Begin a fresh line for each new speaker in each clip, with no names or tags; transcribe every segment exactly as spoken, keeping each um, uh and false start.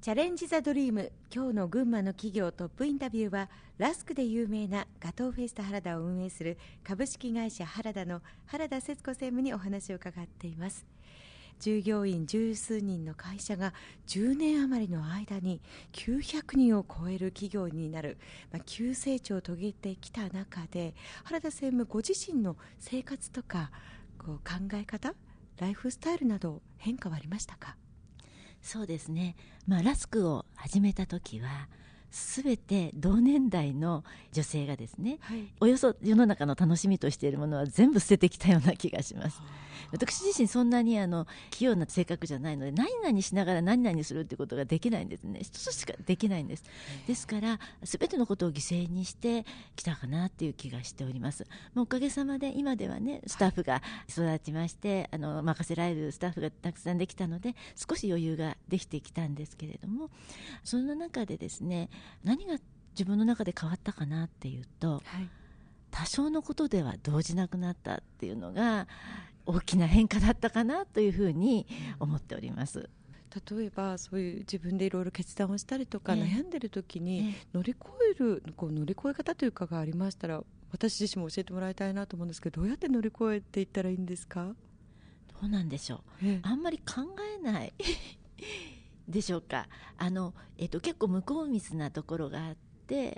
チャレンジザドリーム、今日の群馬の企業トップインタビューは、ラスクで有名なガトーフェスタ原田を運営する株式会社原田の原田節子専務にお話を伺っています。従業員十数人の会社がじゅうねん余りの間にきゅうひゃくにんを超える企業になる、まあ、急成長を遂げてきた中で、原田専務ご自身の生活とかこう考え方、ライフスタイルなど変化はありましたか？
そうですね、まあ、ラスクを始めた時はすべて同年代の女性がですね、はい、およそ世の中の楽しみとしているものは全部捨ててきたような気がします。私自身そんなにあの器用な性格じゃないので、何々しながら何々するってことができないんですね。一つしかできないんです。ですから全てのことを犠牲にしてきたかなっていう気がしております。もうおかげさまで今ではね、スタッフが育ちまして、あの任せられるスタッフがたくさんできたので、少し余裕ができてきたんですけれども、その中でですね、何が自分の中で変わったかなっていうと、はい、多少のことでは動じなくなったっていうのが大きな変化だったかなというふうに思っております。
例えばそういう自分でいろいろ決断をしたりとか、えー、悩んでる時に乗り越えるこう乗り越え方というかがありましたら、私自身も教えてもらいたいなと思うんですけど、どうやって乗り越えていったらいいんですか？
どうなんでしょう、えー、あんまり考えないでしょうか。あの、えーと、結構向こう水なところがあって、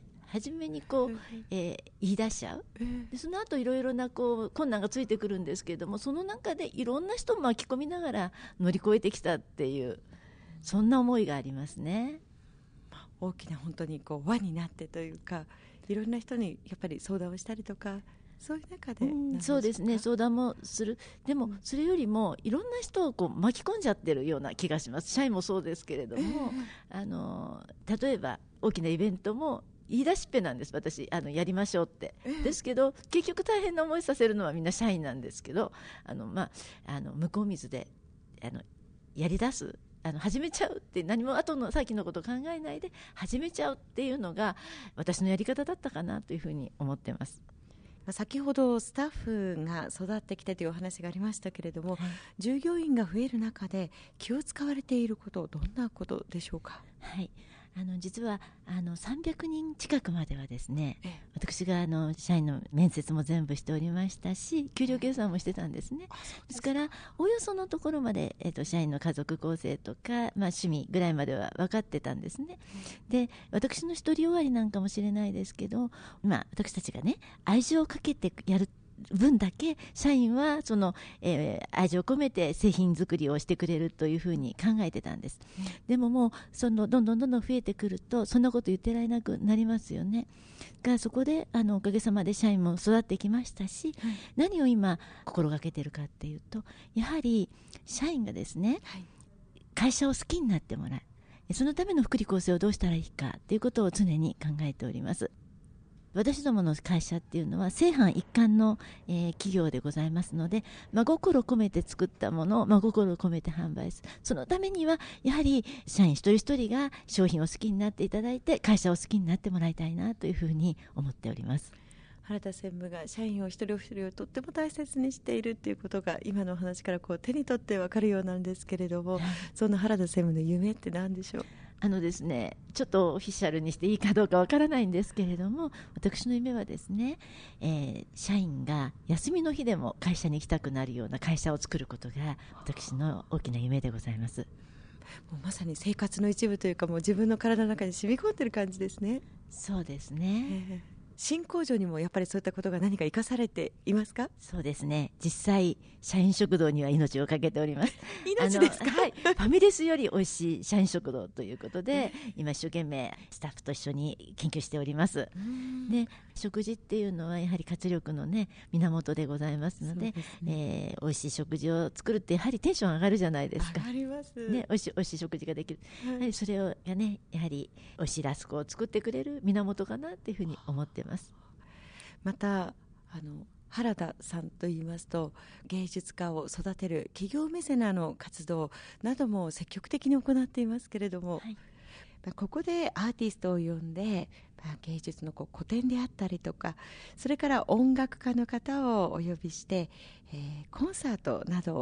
初めにこう、えー、言い出しちゃう。でその後いろいろなこう困難がついてくるんですけれども、その中でいろんな人を巻き込みながら乗り越えてきたっていう、そんな思いがありますね。
大きな本当にこう輪になってというか、いろんな人にやっぱり相談をしたりとか、そういう中で、
うん、そうですね、相談もする。でもそれよりもいろんな人をこう巻き込んじゃってるような気がします。社員もそうですけれども、えー、あの例えば大きなイベントも言い出しっぺなんです。私あのやりましょうって、えー、ですけど結局大変な思いさせるのはみんな社員なんですけど、あの、まあ、あの向こう水であのやり出す、あの始めちゃうって、何も後の先のことを考えないで始めちゃうっていうのが私のやり方だったかなというふうに思ってます。
先ほどスタッフが育ってきてというお話がありましたけれども、はい、従業員が増える中で気を使われていること、どんなことでしょうか？
はい、あの実はあのさんびゃくにん近くまではですね、ええ、私があの社員の面接も全部しておりましたし、給料計算もしてたんですね。ええ、ですからおおよそのところまで、えー、と社員の家族構成とか、まあ、趣味ぐらいまでは分かってたんですね。で私の独りよがりなんかもしれないですけど、まあ、私たちがね愛情をかけてやる分だけ社員はその、えー、愛情を込めて製品作りをしてくれるというふうに考えてたんです、うん、でももうそのどんどんどんどん増えてくるとそんなこと言ってられなくなりますよね。がそこであのおかげさまで社員も育ってきましたし、はい、何を今心がけてるかっていうと、やはり社員がですね、はい、会社を好きになってもらう、そのための福利厚生をどうしたらいいかということを常に考えております。私どもの会社っていうのは正反一貫の、えー、企業でございますので、真心込めて作ったものを真心込めて販売する。そのためにはやはり社員一人一人が商品を好きになっていただいて、会社を好きになってもらいたいなというふうに思っております。
原田専務が社員を一人一人をとっても大切にしているということが今のお話からこう手に取って分かるようなんですけれども、そんな原田専務の夢って何でしょう？
あのですね、ちょっとオフィシャルにしていいかどうかわからないんですけれども、私の夢はですね、えー、社員が休みの日でも会社に行きたくなるような会社を作ることが私の大きな夢でございます。
もうまさに生活の一部というか、もう自分の体の中に染み込んでる感じですね。
そうですね、
えー新工場にもやっぱりそういったことが何か生かされていますか？
そうですね、実際社員食堂には命をかけております。
命ですか？
はい、ファミレスより美味しい社員食堂ということで、今一生懸命スタッフと一緒に研究しております。で食事っていうのはやはり活力の、ね、源でございますので、そうですね、えー、美味しい食事を作るってやはりテンション上がるじゃないですか。
上がります、
ね、美味しい美味しい食事ができる、はい、やはりそれをがね、やはり美味しいラスクを作ってくれる源かなっていうふうに思ってます。
またあの原田さんといいますと、芸術家を育てる企業メセナの活動なども積極的に行っていますけれども、はい、ここでアーティストを呼んで、まあ、芸術のこう個展であったりとか、それから音楽家の方をお呼びして、えー、コンサートなどを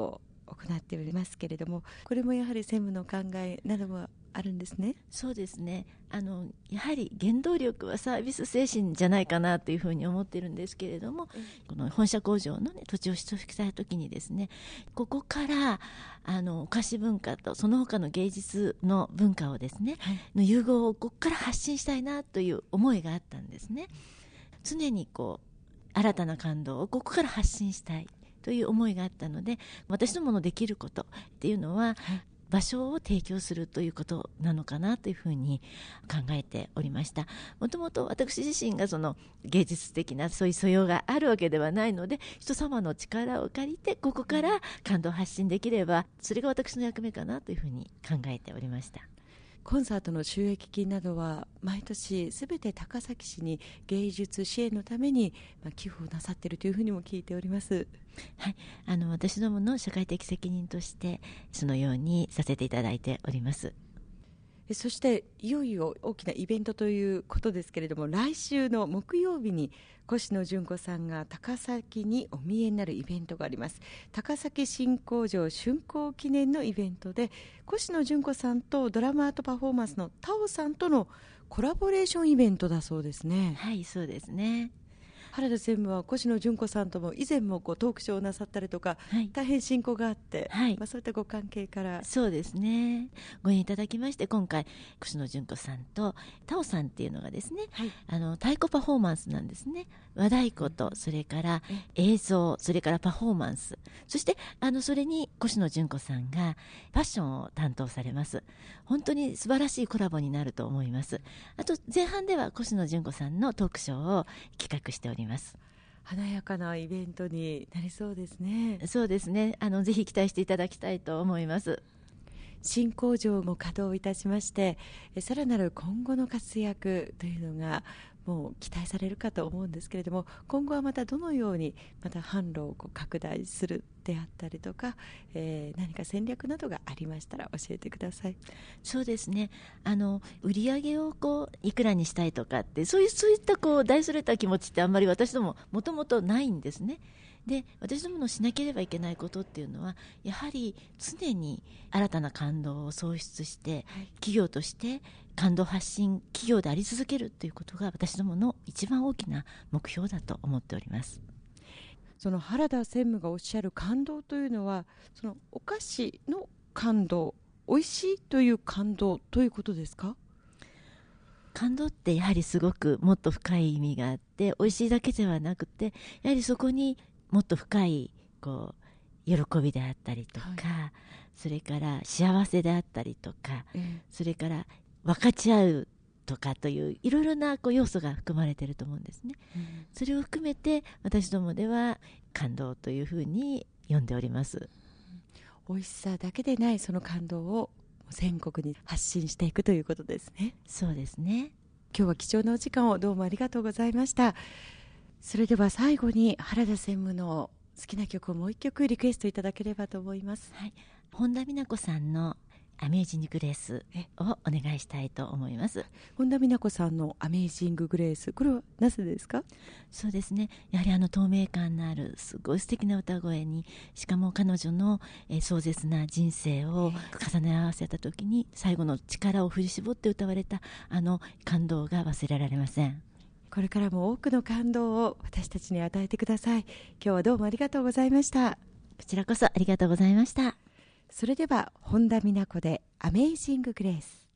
行っておりますけれども、これもやはり専務の考えなどもあるんですね。
そうですね、あのやはり原動力はサービス精神じゃないかなというふうに思ってるんですけれども、うん、この本社工場の、ね、土地を取得した時にですね、ここからあのお菓子文化とその他の芸術の文化をですね、はい、の融合をここから発信したいなという思いがあったんですね。常にこう新たな感動をここから発信したいという思いがあったので、私どものできることっていうのは、はい、場所を提供するということなのかなというふうに考えておりました。もともと私自身がその芸術的なそういう素養があるわけではないので、人様の力を借りてここから感動を発信できれば、それが私の役目かなというふうに考えておりました。
コンサートの収益金などは毎年すべて高崎市に芸術支援のために寄付をなさっているというふうにも聞いております。
はい、あの私どもの社会的責任としてそのようにさせていただいております。
そしていよいよ大きなイベントということですけれども、来週の木曜日に越野純子さんが高崎にお見えになるイベントがあります。高崎新工場竣工記念のイベントで、越野純子さんとドラマアートパフォーマンスのタオさんとのコラボレーションイベントだそうですね。
はい、そうですね。
原田専務は越野純子さんとも以前もこうトークショーをなさったりとか、はい、大変親交があって、はい、まあ、そういったご関係から
そうですね、ご縁いただきまして、今回越野純子さんとタオさんっていうのがですね、はい、あの太鼓パフォーマンスなんですね。和太鼓とそれから映像、それからパフォーマンス、そしてあのそれに越野純子さんがファッションを担当されます。本当に素晴らしいコラボになると思います。あと前半では越野純子さんのトークショーを企画しております。
華やかなイベントになりそうですね。
そうですね、あのぜひ期待していただきたいと思います。
新工場も稼働いたしまして、さらなる今後の活躍というのがもう期待されるかと思うんですけれども、今後はまたどのようにまた販路をこう拡大するであったりとか、えー、何か戦略などがありましたら教えてください。
そうですね、あの売り上げをこういくらにしたいとかって、そういう、そういったこう大それた気持ちってあんまり私どももともとないんですね。で、私どものしなければいけないことっていうのは、やはり常に新たな感動を創出して、はい、企業として感動発信企業であり続けるということが私どもの一番大きな目標だと思っております。
その原田専務がおっしゃる感動というのは、そのお菓子の感動、おいしいという感動ということですか？
感動ってやはりすごくもっと深い意味があって、おいしいだけではなくて、やはりそこにもっと深いこう喜びであったりとか、はい、それから幸せであったりとか、うん、それから分かち合うとかといういろいろなこう要素が含まれていると思うんですね、うん、それを含めて私どもでは感動というふうに呼んでおります。
美味しさだけでないその感動を全国に発信していくということですね。
そうですね。
今日は貴重なお時間をどうもありがとうございました。それでは最後に原田専務の好きな曲をもう一曲リクエストいただければと思います。
はい、本田美奈子さんのアメージンググレースをお願いしたいと思います。
本田美奈子さんのアメージンググレース、これはなぜですか？
そうですね、やはりあの透明感のあるすごい素敵な歌声に、しかも彼女の、えー、壮絶な人生を重ね合わせた時に最後の力を振り絞って歌われたあの感動が忘れられません。
これからも多くの感動を私たちに与えてください。今日はどうもありがとうございました。
こちらこそありがとうございました。
それでは本田美奈子でアメージンググレース。